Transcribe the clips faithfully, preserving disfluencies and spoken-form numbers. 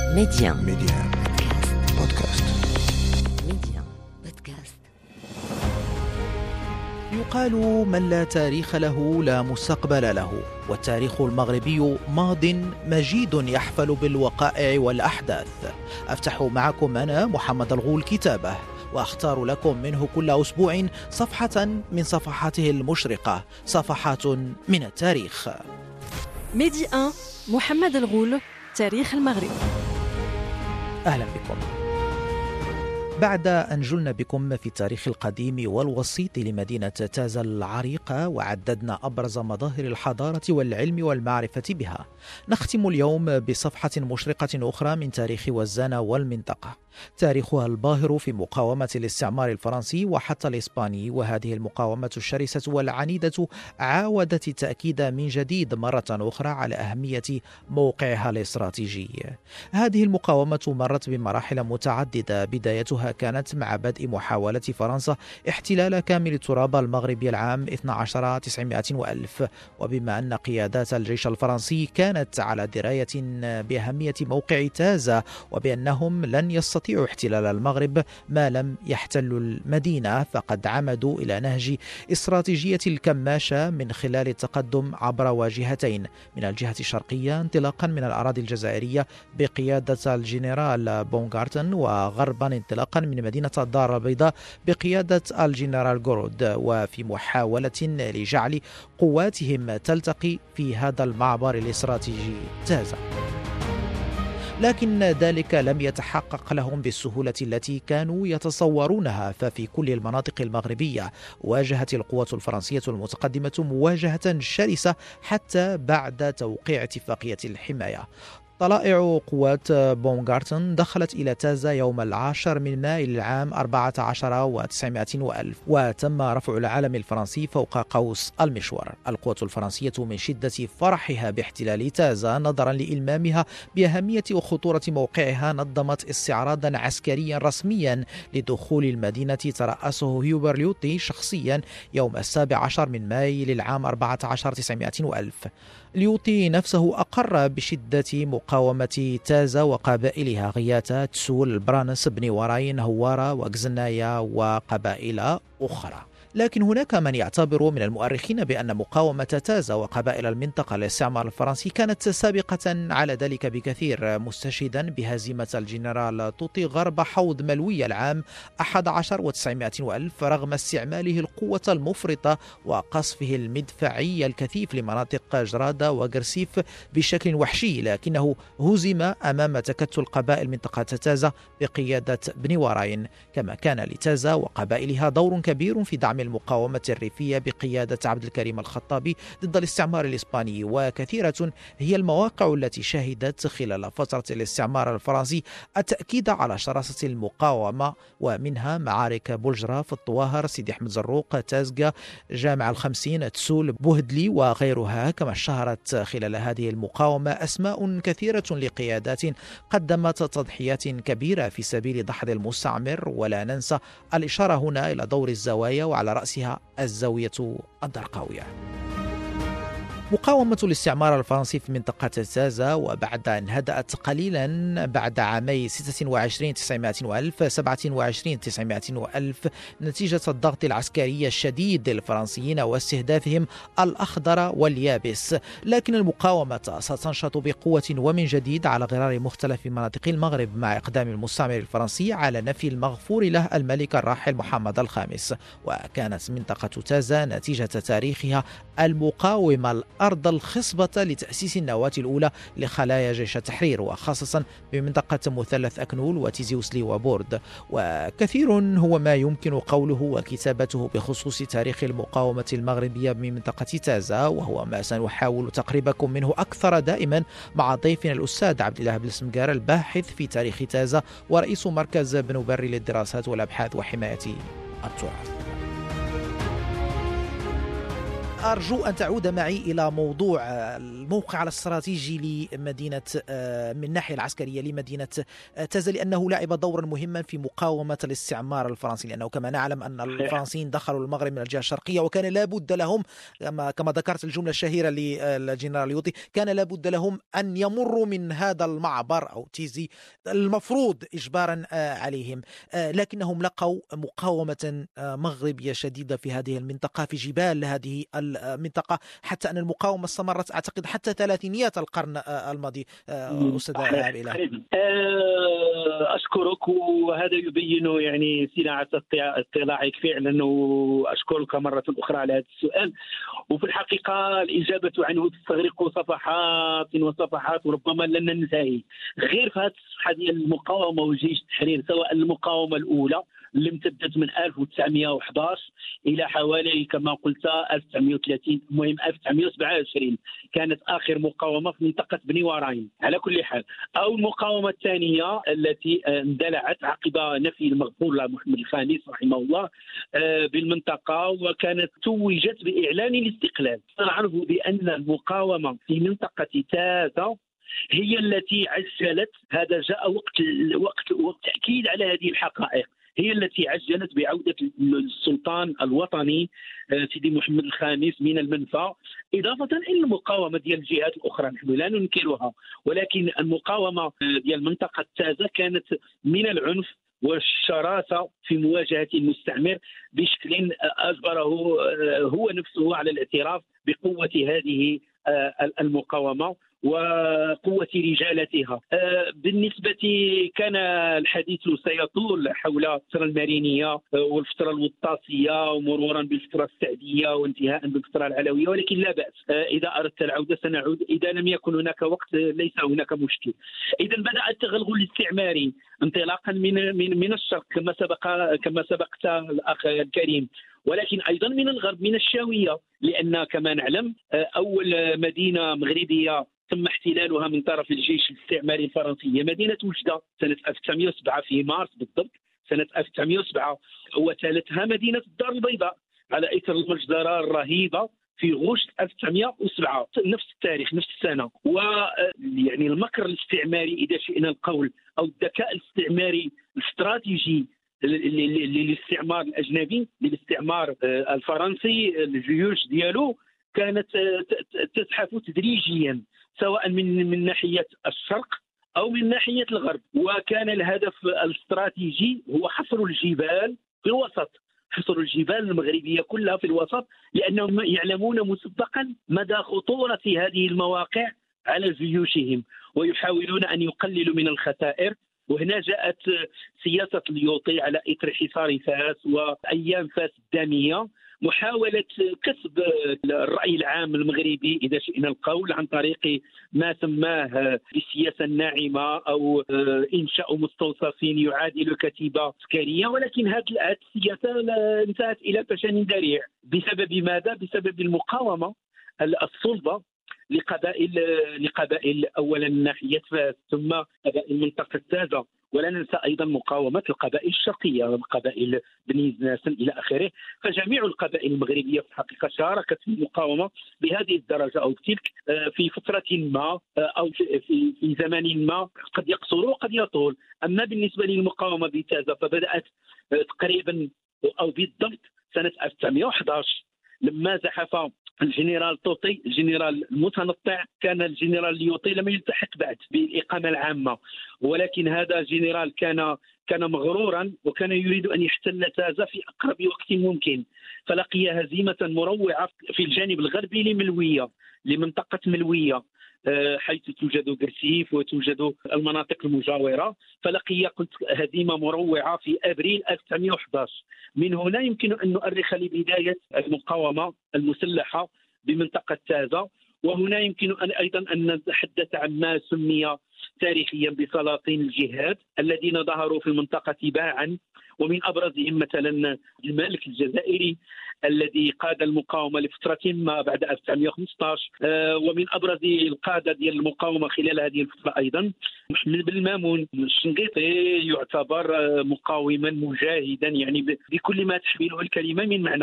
ميديان ميديان بودكاست. ميديان بودكاست. يقال من لا تاريخ له لا مستقبل له، والتاريخ المغربي ماض مجيد يحفل بالوقائع والأحداث. أفتح معكم أنا محمد الغول كتابه، وأختار لكم منه كل أسبوع صفحة من صفحاته المشرقة، صفحات من التاريخ. ميدي واحد محمد الغول، تاريخ المغرب. أهلا بكم. بعد أن جلنا بكم في التاريخ القديم والوسيط لمدينة تازا العريقة وعددنا أبرز مظاهر الحضارة والعلم والمعرفة بها، نختم اليوم بصفحة مشرقة أخرى من تاريخ وزانة والمنطقة، تاريخها الباهر في مقاومة الاستعمار الفرنسي وحتى الإسباني. وهذه المقاومة الشرسة والعنيدة عاودت التأكيد من جديد مرة أخرى على أهمية موقعها الاستراتيجي. هذه المقاومة مرت بمراحل متعددة، بدايتها كانت مع بدء محاولة فرنسا احتلال كامل التراب المغربي العام اثنا عشر تسعمائة وألف، وبما أن قيادات الجيش الفرنسي كانت على دراية بأهمية موقع تازا وبأنهم لن يستطيعوا احتلال المغرب ما لم يحتلوا المدينة، فقد عمدوا إلى نهج استراتيجية الكماشة من خلال التقدم عبر واجهتين، من الجهة الشرقية انطلاقا من الأراضي الجزائرية بقيادة الجنرال بونغارتن، وغربا انطلاقا من مدينة الدار البيضاء بقيادة الجنرال غورود، وفي محاولة لجعل قواتهم تلتقي في هذا المعبر الاستراتيجي تازا. لكن ذلك لم يتحقق لهم بالسهولة التي كانوا يتصورونها، ففي كل المناطق المغربية واجهت القوات الفرنسية المتقدمة مواجهة شرسة حتى بعد توقيع اتفاقية الحماية. طلائع قوات بونغارتن دخلت إلى تازا يوم العاشر من مايو للعام أربعة عشر وتسعمائة وألف، وتم رفع العلم الفرنسي فوق قوس المشوار. القوات الفرنسية من شدة فرحها باحتلال تازا نظرا لإلمامها بأهمية وخطورة موقعها نظمت استعراضا عسكريا رسميا لدخول المدينة ترأسه هيوبر ليوطي شخصيا يوم السابع عشر من مايو للعام أربعة عشر تسعمائة وألف. ليوطي نفسه أقر بشدة مقاومة تازا وقبائلها غياتا، تسول، برانس، بني وراين، هوارة وغزنايا وقبائل أخرى. لكن هناك من يعتبر من المؤرخين بأن مقاومة تازا وقبائل المنطقة للاستعمار الفرنسي كانت سابقة على ذلك بكثير، مستشهدا بهزيمة الجنرال توطي غرب حوض ملوية العام أحد عشر وتسعمائة وألف رغم استعماله القوة المفرطة وقصفه المدفعي الكثيف لمناطق جرادة وقرسيف بشكل وحشي، لكنه هزم أمام تكتل قبائل منطقة تازا بقيادة بني وراين. كما كان لتازا وقبائلها دور كبير في دعم المقاومة الريفية بقيادة عبد الكريم الخطابي ضد الاستعمار الإسباني، وكثيرة هي المواقع التي شهدت خلال فترة الاستعمار الفرنسي التأكيد على شراسة المقاومة، ومنها معارك بولجرة في الطواهر، سيدي أحمد زروق، تازقة، جامع الخمسين، تسول، بوهدلي وغيرها. كما اشتهرت خلال هذه المقاومة أسماء كثيرة لقيادات قدمت تضحيات كبيرة في سبيل دحض المستعمر، ولا ننسى الإشارة هنا إلى دور الزوايا وعلى رأسها الزاوية الدرقاوية. مقاومة الاستعمار الفرنسي في منطقة تازا، وبعد أن هدأت قليلا بعد عامي ستة وعشرين تسعمائة وألف سبعة وعشرين تسعمائة وألف نتيجة الضغط العسكري الشديد للفرنسيين واستهدافهم الأخضر واليابس، لكن المقاومة ستنشط بقوة ومن جديد على غرار مختلف مناطق المغرب مع إقدام المستعمر الفرنسي على نفي المغفور له الملك الراحل محمد الخامس. وكانت منطقة تازا نتيجة تاريخها المقاومة أرض الخصبة لتأسيس النواة الأولى لخلايا جيش التحرير، وخاصة بمنطقة مثلث أكنول وتيزي وسلي وبورد. وكثير هو ما يمكن قوله وكتابته بخصوص تاريخ المقاومة المغربية بمنطقة تازا، وهو ما سنحاول تقريبكم منه أكثر دائما مع ضيفنا الأستاذ عبد الله بلسمجار، الباحث في تاريخ تازا ورئيس مركز بنو بري للدراسات والأبحاث وحماية التراث. أرجو أن تعود معي إلى موضوع الموقع الاستراتيجي لمدينة من الناحية العسكرية لمدينة تازا، لأنه لعب دورا مهما في مقاومة الاستعمار الفرنسي، لأنه كما نعلم أن الفرنسيين دخلوا المغرب من الجهة الشرقية، وكان لابد لهم كما ذكرت الجملة الشهيرة للجنرال يوطي، كان لابد لهم أن يمروا من هذا المعبر أو تيزي المفروض إجبارا عليهم، لكنهم لقوا مقاومة مغربية شديدة في هذه المنطقة، في جبال هذه المنطقة، حتى أن المقاومة استمرت أعتقد حتى ثلاثينيات القرن الماضي. أستاذ عابلة، أشكرك، وهذا يبين يعني صناعة اطلاعك فعلا، وأشكرك مرة أخرى على هذا السؤال. وفي الحقيقة الإجابة عنه تستغرق صفحات وصفحات وربما لن ننتهي. غير في هذه الصفحة ديال المقاومة وجيش التحرير، سواء المقاومة الأولى اللي امتدت من ألف وتسعمائة وأحد عشر إلى حوالي كما قلت ألف وتسعمائة وثلاثين، المهم ألف وتسعمائة وسبعة وعشرين كانت آخر مقاومة في منطقة بني وراين على كل حال. أو المقاومة الثانية التي اندلعت عقب نفي المغفور له محمد الخامس رحمه الله بالمنطقة، وكانت توجت بإعلان الاستقلال. نعرف بأن المقاومة في منطقة تازا هي التي عجلت، هذا جاء وقت وقت وقت تأكيد على هذه الحقائق، هي التي عجلت بعودة السلطان الوطني سيدي محمد الخامس من المنفى، إضافة إلى المقاومة ديال الجهات الأخرى نحن لا ننكرها، ولكن المقاومة ديال منطقة تازا كانت من العنف والشراسة في مواجهة المستعمر بشكل أجبره هو نفسه على الاعتراف بقوة هذه المقاومة وقوة رجالتها. بالنسبة كان الحديث سيطول حول الفترة المارينية والفترة الوطاسية ومرورا بالفترة السعدية وانتهاء بالفترة العلوية، ولكن لا بأس، إذا أردت العودة سنعود، إذا لم يكن هناك وقت ليس هناك مشكل. إذا بدأ التغلغل الاستعماري انطلاقا من من من الشرق كما سبق كما سبقت الأخ الكريم، ولكن أيضا من الغرب من الشاوية، لأن كما نعلم أول مدينة مغربية تم احتلالها من طرف الجيش الاستعماري الفرنسي هي مدينة وجدة سنة ألف وتسعمائة وسبعة في مارس بالضبط سنة ألف وتسعمائة وسبعة، وتالتها مدينة الدار البيضاء على إثر المجزرة الرهيبة في غشت ألف وتسعمائة وسبعة، نفس التاريخ نفس السنة. ويعني المكر الاستعماري إذا شئنا القول أو الذكاء الاستعماري الاستراتيجي للاستعمار الأجنبي للاستعمار الفرنسي، الجيوش ديالو كانت تزحف تدريجيا سواء من من ناحية الشرق أو من ناحية الغرب، وكان الهدف الاستراتيجي هو حصر الجبال في الوسط، حصر الجبال المغربية كلها في الوسط، لأنهم يعلمون مسبقا مدى خطورة هذه المواقع على جيوشهم ويحاولون أن يقللوا من الخسائر. وهنا جاءت سياسة اليوطي على إثر حصار فاس وأيام فاس الدامية، محاولة كسب الرأي العام المغربي إذا شئنا القول عن طريق ما سماه بالسياسة الناعمة أو إنشاء مستوصفين يعادل كتيبة عسكرية، ولكن هذه السياسة انتهت إلى فشل ذريع. بسبب ماذا؟ بسبب المقاومة الصلبة لقبائل لقبائل أولا ناحية فاس ثم قبائل منطقة تازا، ولا ننسى أيضا مقاومة القبائل الشرقية قبائل بني زناسن إلى آخره. فجميع القبائل المغربية في الحقيقة شاركت في المقاومة بهذه الدرجة أو تلك في فترة ما أو في, في زمان ما، قد يقصر وقد يطول. أما بالنسبة للمقاومة بتازا فبدأت تقريبا أو بالضبط سنة ألف وتسعمائة وأحد عشر لما زحف الجنرال توطي الجنرال المتنطع. كان الجنرال اليوطي لم يلتحق بعد بالإقامة العامة، ولكن هذا الجنرال كان كان مغرورا وكان يريد أن يحتل تازا في أقرب وقت ممكن، فلقي هزيمة مروعة في الجانب الغربي لملوية لمنطقة ملوية حيث توجد قرسيف وتوجد المناطق المجاورة، فلقي قلت هزيمة مروعة في أبريل ألف وتسعمائة وأحد عشر. من هنا يمكن أن نؤرخ لبداية المقاومة المسلحة بمنطقة تازا، وهنا يمكن أن أيضا أن نتحدث عن ما سمي تاريخيا بسلاطين الجهاد الذين ظهروا في المنطقة تباعا، ومن أبرزهم مثلا الملك الجزائري الذي قاد المقاومة لفترة ما بعد ألف وتسعمائة وخمسة عشر، ومن أبرز القادة ديال المقاومة خلال هذه الفترة أيضا محمد بن مامون. الشنقيطي يعتبر مقاوما مجاهدا يعني بكل ما تحمله الكلمة من معنى،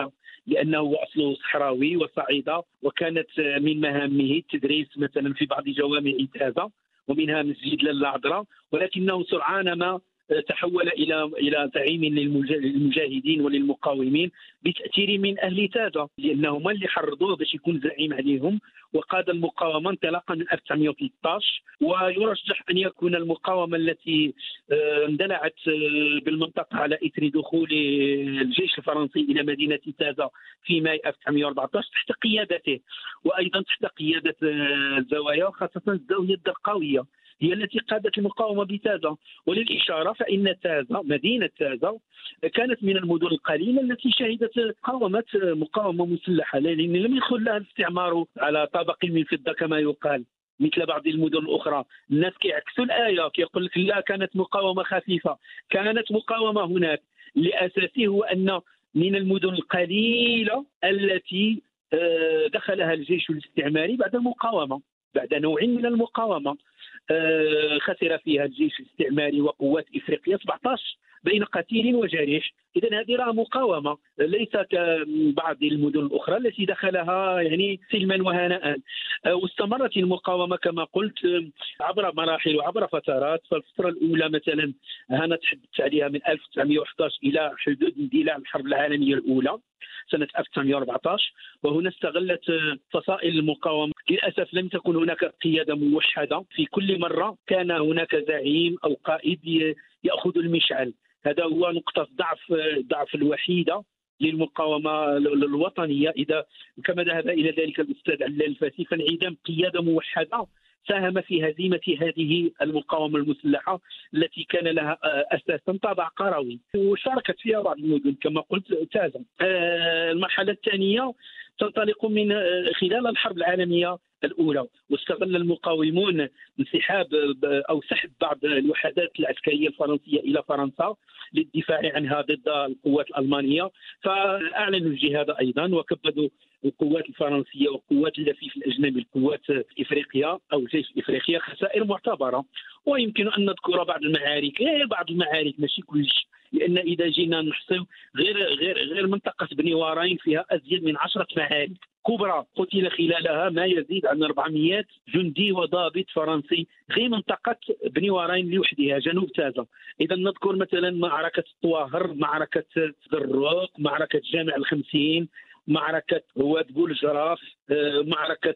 لأنه أصله صحراوي وصعيدة، وكانت من مهامه التدريس مثلا في بعض جوامع تازة ومنها مسجد لاله عذراء، ولكنه سرعان ما تحول الى الى زعيم للمجاهدين وللمقاومين بتاثير من اهل تازة، لانهم اللي حرضوه باش يكون زعيم عليهم وقاد المقاومه انطلاقا من ألف وتسعمائة وثلاثة عشر. ويرجح ان يكون المقاومه التي اندلعت بالمنطقه على اثر دخول الجيش الفرنسي الى مدينه تازة في ماي ألف وتسعمائة وأربعة عشر تحت قيادته، وايضا تحت قياده الزوايا، خاصه الزاويه الدرقاويه هي التي قادت المقاومة بتازة. وللإشارة فإن تازة مدينة تازة كانت من المدن القليلة التي شهدت قاومة مقاومة مسلحة، لأن لم يدخل لها الاستعمار على طبق من فضة كما يقال مثل بعض المدن الأخرى. الناس كيعكسوا الآية، كيقول لك لا كانت مقاومة خفيفة، كانت مقاومة هناك. لأساسه هو أن من المدن القليلة التي دخلها الجيش الاستعماري بعد المقاومة، بعد نوع من المقاومة خسر فيها الجيش الاستعماري وقوات افريقيا سبعة عشر بين قتيل وجريح. اذا هذه راه مقاومه، ليس كبعض المدن الاخرى التي دخلها يعني سلما وهناء. واستمرت المقاومه كما قلت عبر مراحل وعبر فترات. فالفتره الاولى مثلا انا تحدثت عليها من ألف وتسعمائة وأحد عشر الى حدود اندلاع الحرب العالميه الاولى سنة ألف وتسعمائة وأربعة عشر، وهنا استغلت فصائل المقاومة. للأسف لم تكن هناك قيادة موحدة، في كل مرة كان هناك زعيم أو قائد يأخذ المشعل. هذا هو نقطة ضعف ضعف الوحيدة للمقاومة الوطنية. إذا كما ذهب إلى ذلك الأستاذ علال الفاسي، فانعدام قيادة موحدة ساهم في هزيمة هذه المقاومة المسلحة التي كان لها أساسا طابع قروي، وشاركت فيها بعض المدن كما قلت تازة. المرحلة الثانية تنطلق من خلال الحرب العالمية الأولى، واستغل المقاومون انسحاب أو سحب بعض الوحدات العسكرية الفرنسية إلى فرنسا للدفاع عنها ضد القوات الألمانية، فأعلنوا الجهاد أيضا وكبدوا القوات الفرنسية وقوات اللفيف الأجنبي القوات إفريقيا أو جيش إفريقيا خسائر معتبرة. ويمكن أن نذكر بعض المعارك، بعض المعارك ماشي كلش، لأن إذا جينا نحصي غير غير غير منطقة بني وارين فيها أزيد من عشرة معارك كبرى قتل خلالها ما يزيد عن أربعمائة جندي وضابط فرنسي، غير منطقة بني وارين لوحدها جنوب تازة. إذا نذكر مثلا معركة طواهر، معركة دروق، معركة جامع الخمسين، معركة رواد بولجراف، معركة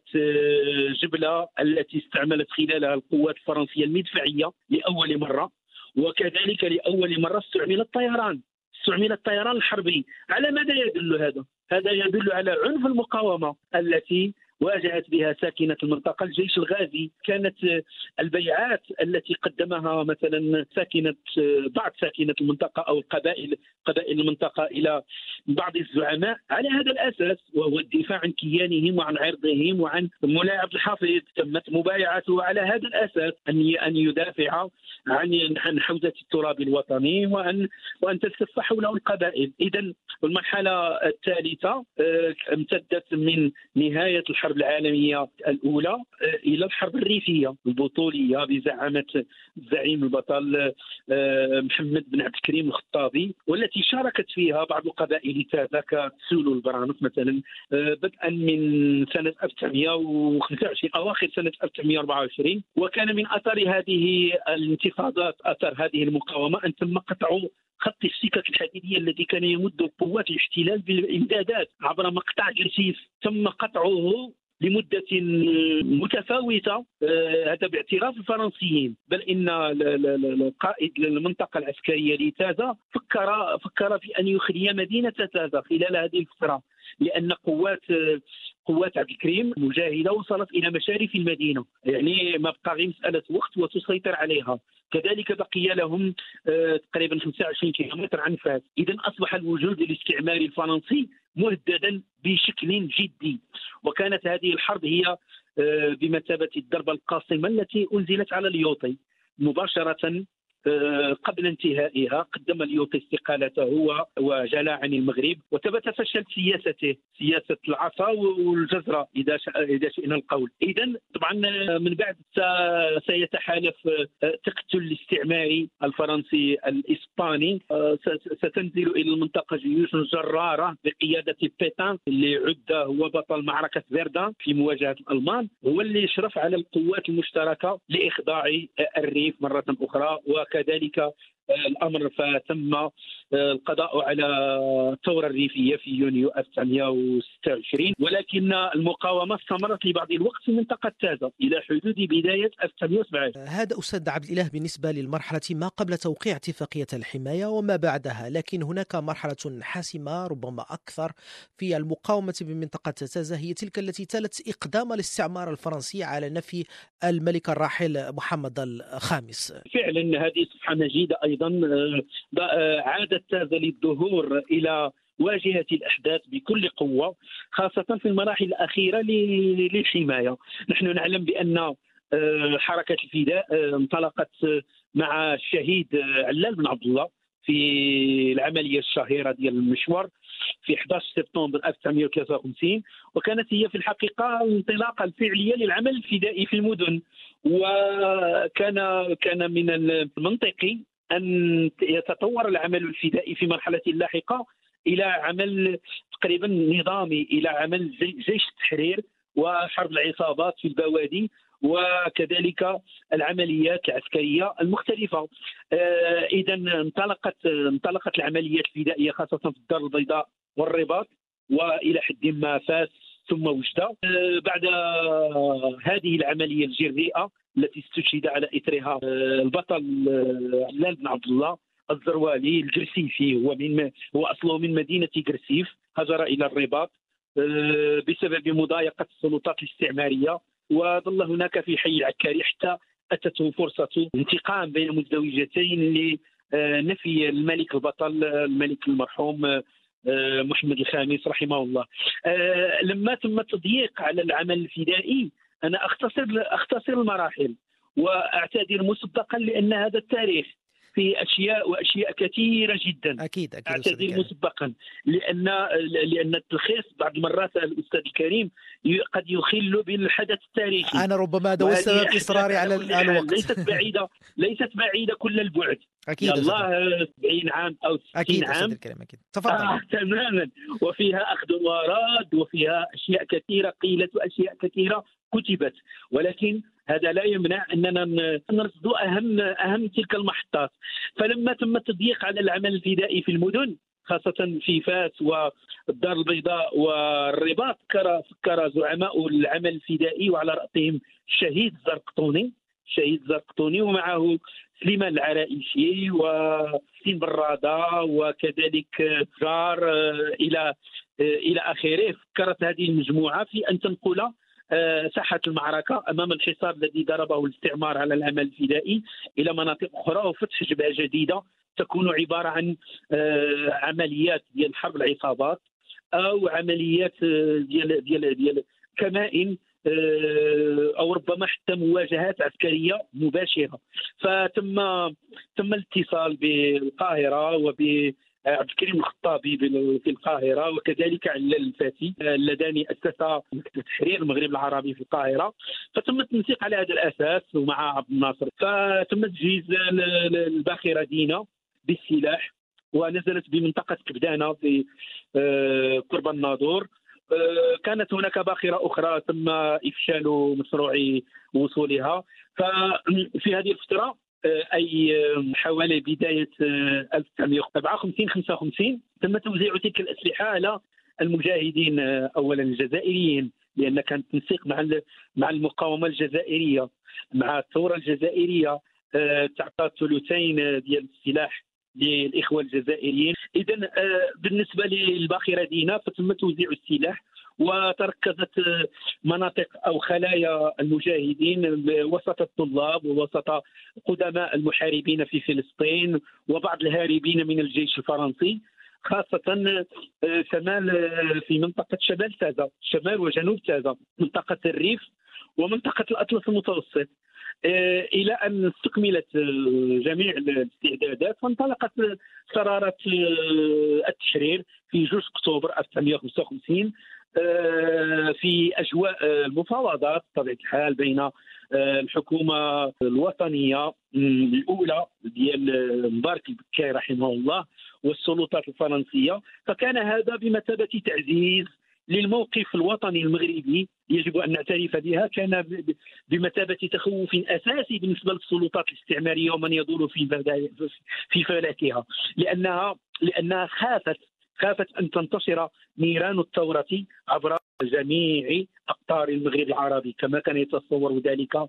جبلة التي استعملت خلالها القوات الفرنسية المدفعية لأول مرة، وكذلك لأول مرة استعمل الطيران استعمل الطيران الحربي. على ماذا يدل هذا؟ هذا يدل على عنف المقاومة التي واجهت بها ساكنة المنطقة الجيش الغازي. كانت البيعات التي قدمها مثلا ساكنة بعض ساكنة المنطقة أو القبائل قبائل المنطقة إلى بعض الزعماء على هذا الأساس، وهو الدفاع عن كيانهم وعن عرضهم وعن مولاي عبد الحافظ. تمت مبايعته على هذا الأساس أن أن يدافع عن عن حوزة التراب الوطني وأن وأن تلتف حوله القبائل. إذا المرحلة الثالثة امتدت من نهاية الحرب العالمية الأولى إلى الحرب الريفية البطولية بزعامة الزعيم البطل محمد بن عبد الكريم الخطابي، والتي شاركت فيها بعض قبائل تازة كسولو البرانوس مثلا بدءا من سنة ألف وتسعمائة وخمسة وعشرين أواخر سنة ألف وتسعمائة وأربعة وعشرين. وكان من أثر هذه الانتفاضات، أثر هذه المقاومة، أن تم قطع خط السكك الحديدية الذي كان يمد قوات الاحتلال بالإمدادات عبر مقطع قرسيس، تم قطعه لمدة متفاوتة، هذا باعتراف الفرنسيين. بل إن القائد المنطقة العسكرية لتازة فكر فكر في أن يخلي مدينة تازة خلال هذه الفترة، لأن قوات قوات عبد الكريم مجاهدة وصلت إلى مشارف المدينة، يعني ما بقى غير مسألة وقت وتسيطر عليها. كذلك بقي لهم تقريبا خمسة وعشرين كيلومتر عن فاس. إذن أصبح الوجود الاستعماري الفرنسي مهددا بشكل جدي، وكانت هذه الحرب هي بمثابة الضربة القاصمة التي أنزلت على اليوطي مباشرة قبل انتهائها قدم اليوطي استقالته هو وجلى عن المغرب، وثبت فشل سياسته، سياسة العصا والجزرة إذا إذا شئنا القول. إذا طبعا من بعد سيتحالف تقتل الاستعماري الفرنسي الإسباني، ستنزل إلى المنطقة جيوش جرارة بقيادة بيتان اللي عد هو بطل معركة فيردان في مواجهة الألمان، هو اللي يشرف على القوات المشتركة لإخضاع الريف مرة أخرى. وكذلك الأمر فتم القضاء على الثورة الريفية في يونيو ألف وتسعمائة وستة وعشرين، ولكن المقاومة استمرت لبعض الوقت في منطقة تازا إلى حدود بداية ألف وتسعمائة وسبعة عشر. هذا أستاذ عبد الإله بالنسبة للمرحلة ما قبل توقيع اتفاقية الحماية وما بعدها، لكن هناك مرحلة حاسمة ربما أكثر في المقاومة بمنطقة تازا، هي تلك التي تلت إقدام الاستعمار الفرنسي على نفي الملك الراحل محمد الخامس. فعلا هذه صفحة مجيدة أيضا، عادت تازا للظهور إلى واجهة الأحداث بكل قوة، خاصة في المراحل الأخيرة للحماية. نحن نعلم بأن حركة الفداء انطلقت مع الشهيد علال بن عبد الله في العملية الشهيرة ديال المشوار في أحد عشر سبتمبر ألف وتسعمائة وثلاثة وخمسين، وكانت هي في الحقيقة الانطلاقة الفعلية للعمل الفدائي في المدن. وكان كان من المنطقي أن يتطور العمل الفدائي في مرحلة لاحقة إلى عمل تقريبا نظامي، إلى عمل جيش التحرير وحرب العصابات في البوادي، وكذلك العمليات العسكرية المختلفة. آه إذا انطلقت انطلقت العمليات الفدائية خاصة في الدار البيضاء والرباط وإلى حد ما فاس ثم وجدة. آه بعد هذه العملية الجريئة التي استشهد على إثرها آه البطل آه علال بن عبد الله الزروالي الجرسيفي، هو من هو أصله من مدينة جرسيف، هاجر إلى الرباط آه بسبب مضايقة السلطات الاستعمارية، وظل هناك في حي العكاري حتى أتته فرصة انتقام بين مزدوجتين لنفي الملك البطل الملك المرحوم محمد الخامس رحمه الله. لما تم التضييق على العمل الفدائي أنا أختصر أختصر المراحل وأعتذر مسبقا لأن هذا التاريخ في أشياء وأشياء كثيرة جدا. أكيد أكيد أعتذر مسبقا لأن لأن التلخيص بعض المرات الأستاذ الكريم قد يخل بالحدث التاريخي. أنا ربما هذا هو السبب إصراري على الوقت. ليست بعيدة ليست بعيدة كل البعد. أكيد الله سبعين عام أو ستين عام. أكيد تفضل. آه تماما، وفيها أخذ وراد وفيها أشياء كثيرة قيلت وأشياء كثيرة كتبت، ولكن هذا لا يمنع أننا نرصد أهم أهم تلك المحطات. فلما تم التضييق على العمل الفدائي في المدن خاصة في فاس والدار البيضاء والرباط، فكر فكر زعماء العمل الفدائي وعلى رأسهم الشهيد الزرقطوني الشهيد الزرقطوني ومعه سليمان العرائشي وسين برادة وكذلك جار إلى إلى آخره. فكرت هذه المجموعة في أن تنقل ساحة المعركة أمام الحصار الذي ضربه الاستعمار على العمل الفدائي إلى مناطق أخرى وفتح جبهة جديدة تكون عبارة عن عمليات ديال حرب العصابات أو عمليات ديال ديال ديال كمائن أو ربما حتى مواجهات عسكرية مباشرة. فتم تم الاتصال بالقاهرة وب عبد الكريم الخطابي في القاهرة وكذلك علال الفاتي اللذان أسسا مكتب تحرير المغرب العربي في القاهرة، فتم التنسيق على هذا الأساس ومع عبد الناصر. فتم تجهيز الباخرة دينا بالسلاح ونزلت بمنطقة كبدانة في قرب الناظور. كانت هناك باخرة أخرى تم إفشال مشروع وصولها. ففي هذه الفترة أي حوالي بداية ألف وتسعمائة وأربعة وخمسين خمسة وخمسين تم توزيع تلك الأسلحة على المجاهدين أولا الجزائريين، لأن كان تنسيق مع مع المقاومة الجزائرية مع الثورة الجزائرية تعطى ثلثين ديال السلاح للإخوة الجزائريين. إذن بالنسبة للباخرة دينا فتم توزيع السلاح وتركزت مناطق أو خلايا المجاهدين وسط الطلاب ووسط قدماء المحاربين في فلسطين وبعض الهاربين من الجيش الفرنسي، خاصة شمال في منطقة شمال تازا، شمال وجنوب تازا، منطقة الريف ومنطقة الأطلس المتوسط. إلى أن استكملت جميع الاستعدادات وانطلقت قرارات التحرير في جوج أكتوبر ألف وتسعمائة وخمسة وخمسين في أجواء المفاوضات بطبيعة الحال بين الحكومة الوطنية الأولى ديال مبارك البكاي رحمه الله والسلطات الفرنسية. فكان هذا بمثابة تعزيز للموقف الوطني المغربي، يجب أن نعترف بها، كان بمثابة تخوف أساسي بالنسبة للسلطات الاستعمارية ومن يدور في في فلكها، لأنها لأنها خافت خافت أن تنتشر نيران الثورة عبر جميع أقطار المغرب العربي كما كان يتصور ذلك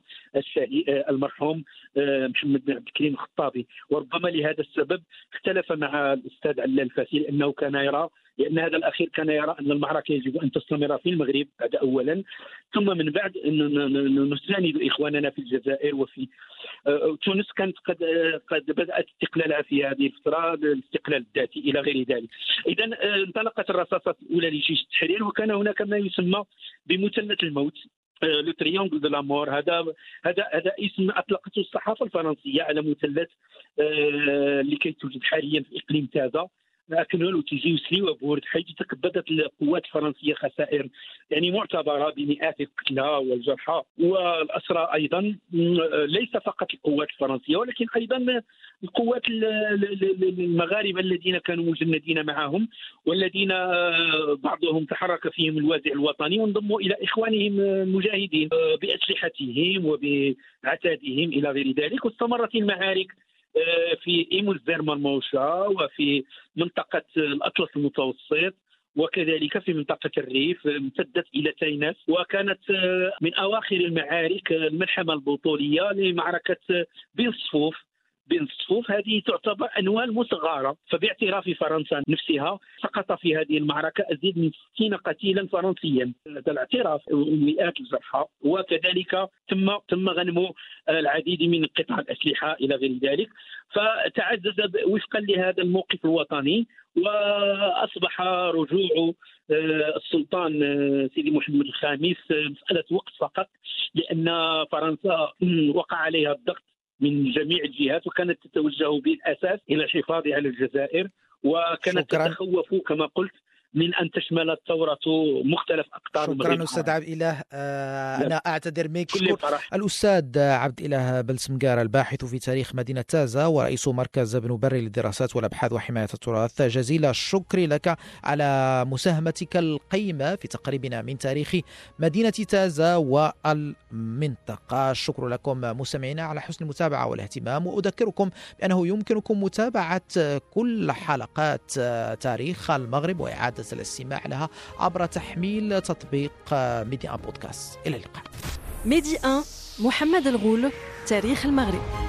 المرحوم محمد بن عبد الكريم الخطابي. وربما لهذا السبب اختلف مع الأستاذ علال الفاسي، لأنه كان يرى لأن هذا الأخير كان يرى أن المعركة يجب أن تستمر في المغرب هذا أولا، ثم من بعد أن نساند إخواننا في الجزائر وفي تونس كانت قد قد بدأت استقلالها في هذه الفترة، الاستقلال الذاتي إلى غير ذلك. إذا انطلقت الرصاصات الأولى لجيش التحرير، وكان هناك ما يسمى بمثلث الموت، لو تريونغل دو لامور. هذا هذا هذا اسم اطلقته الصحافه الفرنسيه على مثلث اللي كيتوجد حاليا في اقليم تازا، أكنول وتيجي وسلي وبورد، حيث تكبدت القوات الفرنسيه خسائر يعني معتبره بمئات القتلى والجرحى والاسرى ايضا، ليس فقط القوات الفرنسيه ولكن ايضا القوات المغاربه الذين كانوا مجندين معهم، والذين بعضهم تحرك فيهم الوازع الوطني وانضموا الى اخوانهم المجاهدين باسلحتهم وبعتادهم الى غير ذلك. واستمرت المعارك في إيمول زيرمرموشا وفي منطقة الأطلس المتوسط وكذلك في منطقة الريف، امتدت إلى تايناس، وكانت من أواخر المعارك الملحمة البطولية لمعركة بين صفوف. بين الصفوف هذه تعتبر أنوال مصغرة، فباعتراف فرنسا نفسها سقط في هذه المعركة أزيد من ستين قتيلا فرنسيا، هذا الاعتراف، ومئات الجرحى، وكذلك تم تم غنم العديد من قطع الأسلحة إلى غير ذلك. فتعزز وفقا لهذا الموقف الوطني، وأصبح رجوع السلطان سيدي محمد الخامس مسألة وقت فقط، لأن فرنسا وقع عليها الضغط من جميع الجهات، وكانت تتوجه بالأساس إلى الحفاظ على الجزائر، وكانت تتخوف كما قلت من أن تشمل الثورة مختلف أقطار المغرب. شكرا أستاذ عبد الإله. آه أنا أعتذر منك. شكرا الأستاذ عبد الإله بلسمقار، الباحث في تاريخ مدينة تازا ورئيس مركز ابن بري للدراسات والأبحاث وحماية التراث، جزيل الشكر لك على مساهمتك القيمة في تقريبنا من تاريخ مدينة تازا والمنطقة. الشكر لكم مستمعينا على حسن المتابعة والاهتمام، وأذكركم بأنه يمكنكم متابعة كل حلقات تاريخ المغرب وإعادة الاستماع لها عبر تحميل تطبيق ميدي آن بودكاست. إلى اللقاء. ميدي آن، محمد الغول، تاريخ المغرب.